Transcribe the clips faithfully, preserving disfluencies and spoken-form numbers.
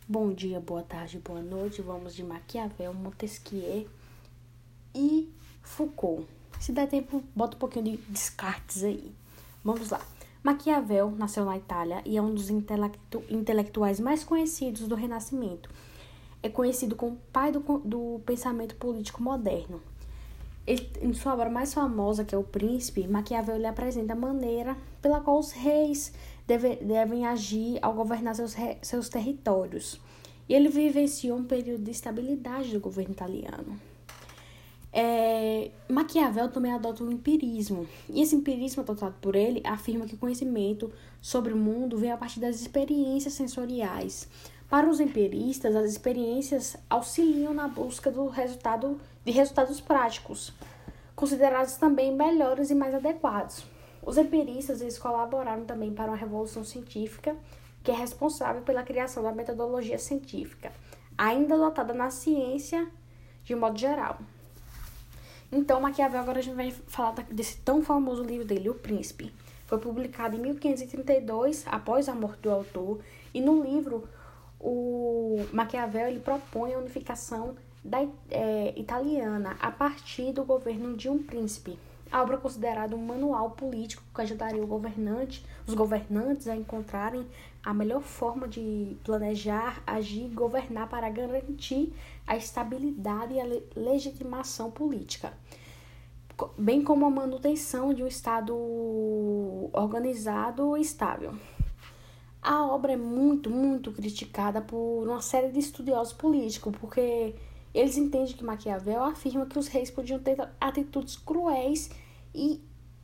Bom dia, boa tarde, boa noite. Vamos de Maquiavel, Montesquieu e Foucault. Se der tempo, bota um pouquinho de Descartes aí. Vamos lá. Maquiavel nasceu na Itália e é um dos intelectu- intelectuais mais conhecidos do Renascimento. É conhecido como pai do, do pensamento político moderno. Ele, em sua obra mais famosa, que é O Príncipe, Maquiavel ele apresenta a maneira pela qual os reis deve, devem agir ao governar seus, re, seus territórios. E ele vivenciou um período de estabilidade do governo italiano. É, Maquiavel também adota o empirismo. E esse empirismo adotado por ele afirma que o conhecimento sobre o mundo vem a partir das experiências sensoriais. Para os empiristas, as experiências auxiliam na busca do resultado, de resultados práticos, considerados também melhores e mais adequados. Os empiristas eles colaboraram também para uma revolução científica que é responsável pela criação da metodologia científica, ainda adotada na ciência de modo geral. Então, Maquiavel, agora a gente vai falar desse tão famoso livro dele, O Príncipe. Foi publicado em mil quinhentos e trinta e dois, após a morte do autor, e no livro o Maquiavel ele propõe a unificação da, é, italiana a partir do governo de um príncipe. A obra é considerada um manual político que ajudaria o governante, os governantes a encontrarem a melhor forma de planejar, agir e governar para garantir a estabilidade e a legitimação política, bem como a manutenção de um Estado organizado e estável. A obra é muito, muito criticada por uma série de estudiosos políticos, porque eles entendem que Maquiavel afirma que os reis podiam ter atitudes cruéis e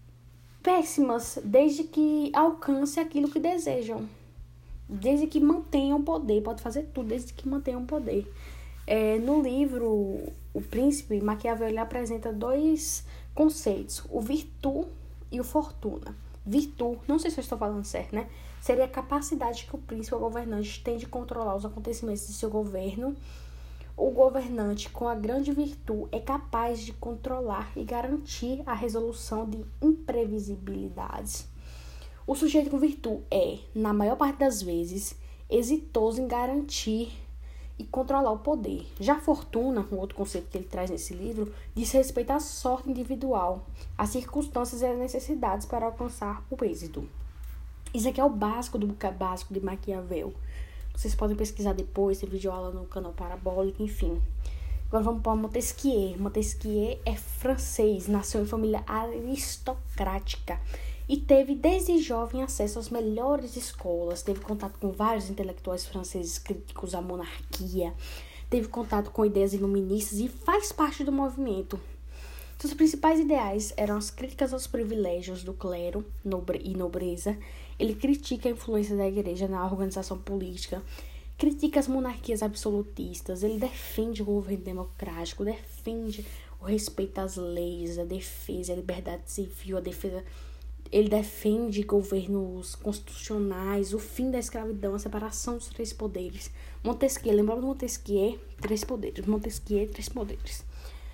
péssimas, desde que alcance aquilo que desejam, desde que mantenham o poder, pode fazer tudo, desde que mantenham o poder. É, no livro O Príncipe, Maquiavel ele apresenta dois conceitos, o virtu e o fortuna. Virtu, não sei se eu estou falando certo, né? Seria a capacidade que o príncipe ou governante tem de controlar os acontecimentos de seu governo. O governante, com a grande virtude, é capaz de controlar e garantir a resolução de imprevisibilidades. O sujeito com virtude é, na maior parte das vezes, exitoso em garantir e controlar o poder. Já a fortuna, um outro conceito que ele traz nesse livro, diz respeito à sorte individual, às circunstâncias e às necessidades para alcançar o êxito. Isso aqui é o básico do básico de Maquiavel. Vocês podem pesquisar depois, tem vídeo aula no canal Parabólico, enfim. Agora vamos para Montesquieu. Montesquieu é francês, nasceu em família aristocrática e teve desde jovem acesso às melhores escolas, teve contato com vários intelectuais franceses críticos à monarquia, teve contato com ideias iluministas e faz parte do movimento. Seus principais ideais eram as críticas aos privilégios do clero nobre e nobreza. Ele critica a influência da igreja na organização política, critica as monarquias absolutistas, ele defende o governo democrático, defende o respeito às leis, a defesa, a liberdade civil, a defesa... Ele defende governos constitucionais, o fim da escravidão, a separação dos três poderes. Montesquieu, lembrando Montesquieu, três poderes. Montesquieu, três poderes.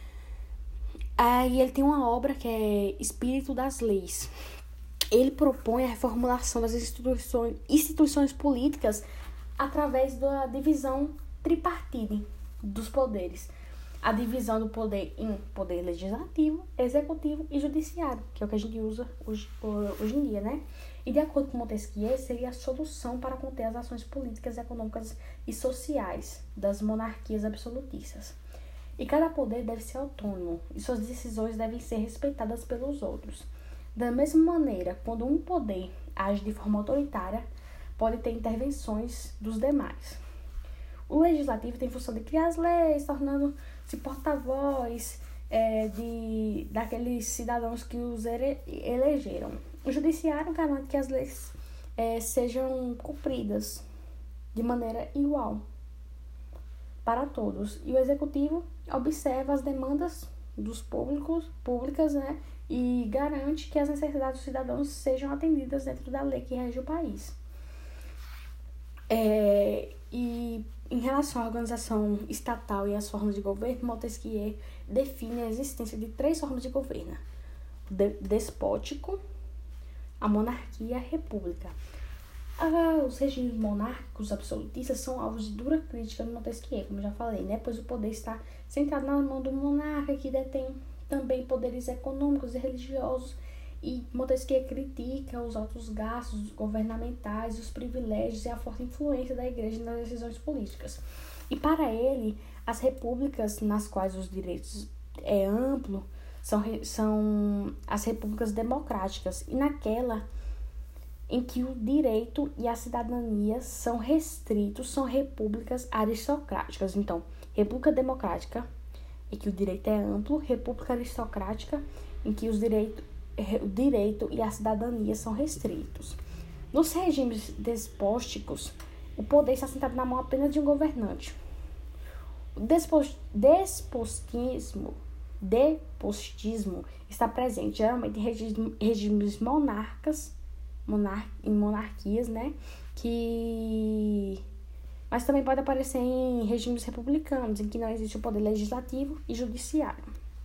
Aí ele tem uma obra que é Espírito das Leis. Ele propõe a reformulação das instituições, instituições políticas através da divisão tripartite dos poderes. A divisão do poder em poder legislativo, executivo e judiciário, que é o que a gente usa hoje, hoje em dia, né? E de acordo com Montesquieu, seria a solução para conter as ações políticas, econômicas e sociais das monarquias absolutistas. E cada poder deve ser autônomo e suas decisões devem ser respeitadas pelos outros. Da mesma maneira, quando um poder age de forma autoritária, pode ter intervenções dos demais. O legislativo tem função de criar as leis, tornando-se porta-voz é, de, daqueles cidadãos que os ele, elegeram. O judiciário garante que as leis é, sejam cumpridas de maneira igual para todos. E o executivo observa as demandas dos públicos, públicas, né, e garante que as necessidades dos cidadãos sejam atendidas dentro da lei que rege o país. É, e em relação à organização estatal e às formas de governo, Montesquieu define a existência de três formas de governo: de- despótico, a monarquia e a república. Ah, os regimes monárquicos absolutistas são alvos de dura crítica no Montesquieu, como eu já falei, né? Pois o poder está centrado na mão do monarca, que detém também poderes econômicos e religiosos, e Montesquieu critica os altos gastos governamentais, os privilégios e a forte influência da igreja nas decisões políticas. E para ele, as repúblicas nas quais os direitos é amplo são, são as repúblicas democráticas, e naquela em que o direito e a cidadania são restritos, são repúblicas aristocráticas. Então, república democrática, em que o direito é amplo; república aristocrática, em que os direito, o direito e a cidadania são restritos. Nos regimes despóticos, o poder está sentado na mão apenas de um governante. O despotismo, despotismo está presente geralmente em regimes monarcas, Monar- em monarquias, né? Que... Mas também pode aparecer em regimes republicanos, em que não existe o poder legislativo e judiciário.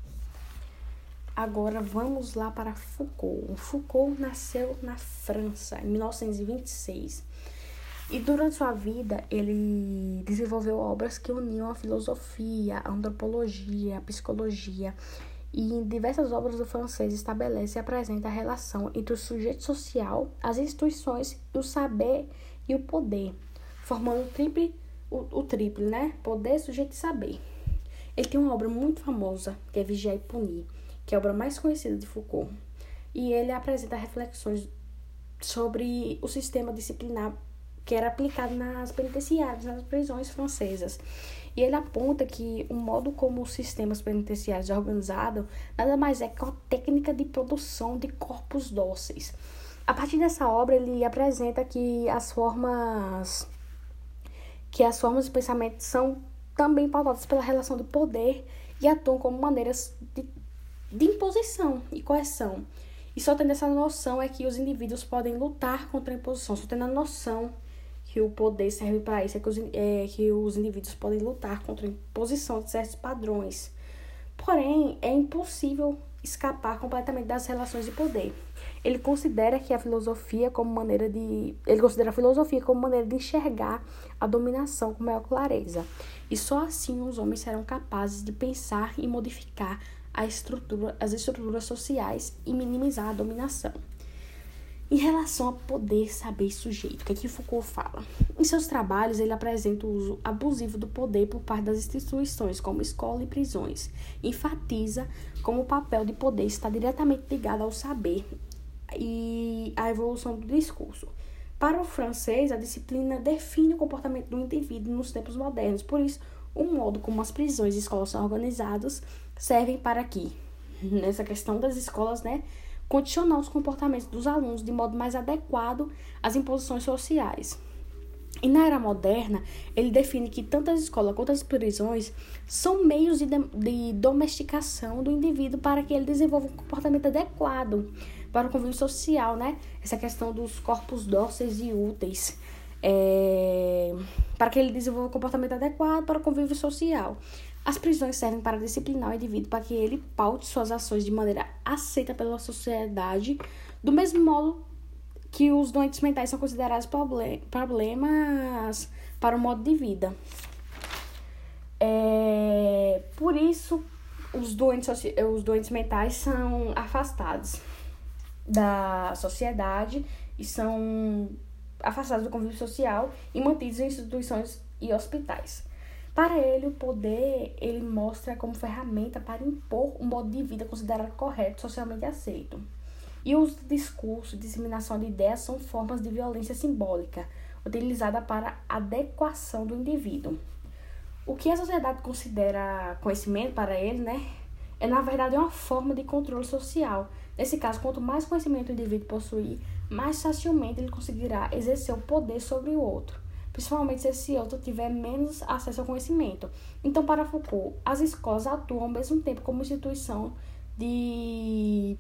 Agora vamos lá para Foucault. O Foucault nasceu na França, em mil novecentos e vinte e seis. E durante sua vida, ele desenvolveu obras que uniam a filosofia, a antropologia, a psicologia. E em diversas obras do francês estabelece e apresenta a relação entre o sujeito social, as instituições, o saber e o poder, formando o triple, o, o triple, né? Poder, sujeito e saber. Ele tem uma obra muito famosa, que é Vigiar e Punir, que é a obra mais conhecida de Foucault. E ele apresenta reflexões sobre o sistema disciplinar que era aplicado nas penitenciárias, nas prisões francesas. E ele aponta que o modo como os sistemas penitenciários é organizado nada mais é que uma técnica de produção de corpos dóceis. A partir dessa obra, ele apresenta que as formas, que as formas de pensamento são também pautadas pela relação de poder e atuam como maneiras de, de imposição e coerção. E só tendo essa noção é que os indivíduos podem lutar contra a imposição, só tendo a noção que o poder serve para isso, é que, os, é que os indivíduos podem lutar contra a imposição de certos padrões. Porém, é impossível escapar completamente das relações de poder. Ele considera que a filosofia como maneira de, ele considera a filosofia como maneira de enxergar a dominação com maior clareza. E só assim os homens serão capazes de pensar e modificar a estrutura, as estruturas sociais e minimizar a dominação. Em relação a poder, saber e sujeito, o que é que Foucault fala? Em seus trabalhos, ele apresenta o uso abusivo do poder por parte das instituições, como escola e prisões. Enfatiza como o papel de poder está diretamente ligado ao saber e à evolução do discurso. Para o francês, a disciplina define o comportamento do indivíduo nos tempos modernos. Por isso, o modo como as prisões e escolas são organizadas servem para que, nessa questão das escolas, né, condicionar os comportamentos dos alunos de modo mais adequado às imposições sociais. E na era moderna, ele define que tanto as escolas quanto as prisões são meios de, de domesticação do indivíduo para que ele desenvolva um comportamento adequado para o convívio social, né? Essa questão dos corpos dóceis e úteis, é, para que ele desenvolva um comportamento adequado para o convívio social. As prisões servem para disciplinar o indivíduo para que ele paute suas ações de maneira aceita pela sociedade, do mesmo modo que os doentes mentais são considerados problem- problemas para o modo de vida. É, por isso, os doentes, os doentes mentais são afastados da sociedade e são afastados do convívio social e mantidos em instituições e hospitais. Para ele, o poder ele mostra como ferramenta para impor um modo de vida considerado correto, socialmente aceito. E o uso de discurso e disseminação de ideias são formas de violência simbólica, utilizada para adequação do indivíduo. O que a sociedade considera conhecimento para ele, né, é na verdade uma forma de controle social. Nesse caso, quanto mais conhecimento o indivíduo possuir, mais facilmente ele conseguirá exercer o poder sobre o outro, principalmente se esse outro tiver menos acesso ao conhecimento. Então, para Foucault, as escolas atuam ao mesmo tempo como instituição de,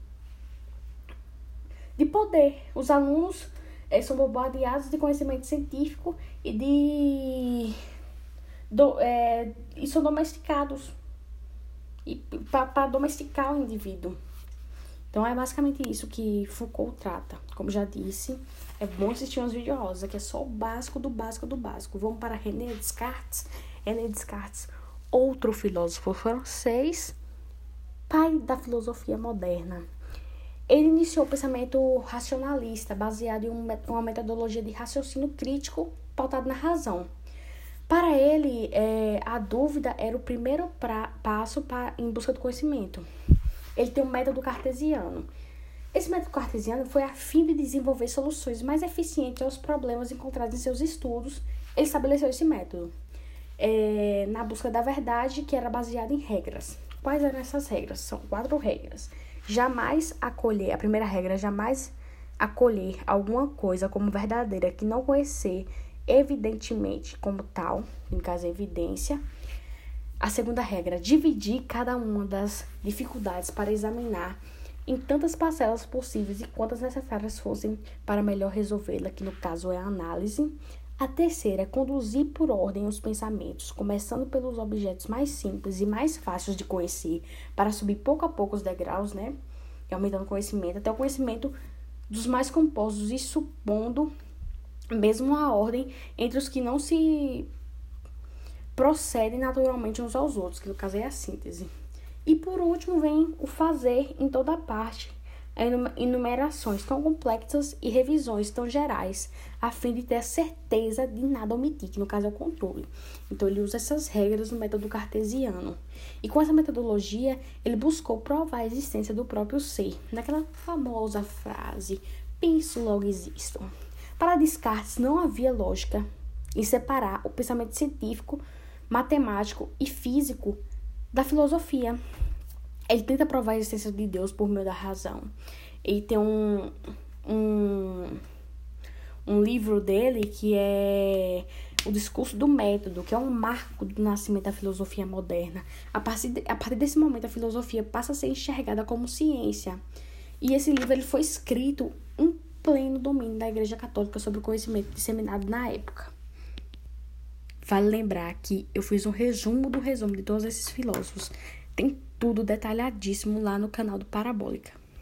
de poder. Os alunos eh, são bombardeados de conhecimento científico e, de, do, é, e são domesticados para domesticar o indivíduo. Então, é basicamente isso que Foucault trata. Como já disse, É bom assistir uns vídeos, aqui é só o básico do básico do básico. Vamos para René Descartes. René Descartes, outro filósofo francês, pai da filosofia moderna. Ele iniciou o pensamento racionalista, baseado em uma metodologia de raciocínio crítico pautado na razão. Para ele, é, a dúvida era o primeiro pra, passo pra, em busca do conhecimento. Ele tem um método cartesiano. Esse método cartesiano foi a fim de desenvolver soluções mais eficientes aos problemas encontrados em seus estudos. Ele estabeleceu esse método é, na busca da verdade, que era baseada em regras. Quais eram essas regras? São quatro regras. Jamais acolher, a primeira regra, jamais acolher alguma coisa como verdadeira que não conhecer evidentemente como tal, no caso a evidência. A segunda regra, dividir cada uma das dificuldades para examinar em tantas parcelas possíveis e quantas necessárias fossem para melhor resolvê-la, que no caso é a análise. A terceira é conduzir por ordem os pensamentos, começando pelos objetos mais simples e mais fáceis de conhecer, para subir pouco a pouco os degraus, né? E aumentando o conhecimento, até o conhecimento dos mais compostos e supondo mesmo a ordem entre os que não se procedem naturalmente uns aos outros, que no caso é a síntese. E por último vem o fazer em toda parte, enumerações tão complexas e revisões tão gerais, a fim de ter a certeza de nada omitir, que no caso é o controle. Então ele usa essas regras no método cartesiano. E com essa metodologia, ele buscou provar a existência do próprio ser, naquela famosa frase, penso, logo existo. Para Descartes, não havia lógica em separar o pensamento científico, matemático e físico da filosofia. Ele tenta provar a existência de Deus por meio da razão. Ele tem um, um, um livro dele que é O Discurso do Método, que é um marco do nascimento da filosofia moderna. A partir, de, a partir desse momento, a filosofia passa a ser enxergada como ciência. E esse livro ele foi escrito em pleno domínio da Igreja Católica sobre o conhecimento disseminado na época. Vale lembrar que eu fiz um resumo do resumo de todos esses filósofos. Tem tudo detalhadíssimo lá no canal do Parabólica.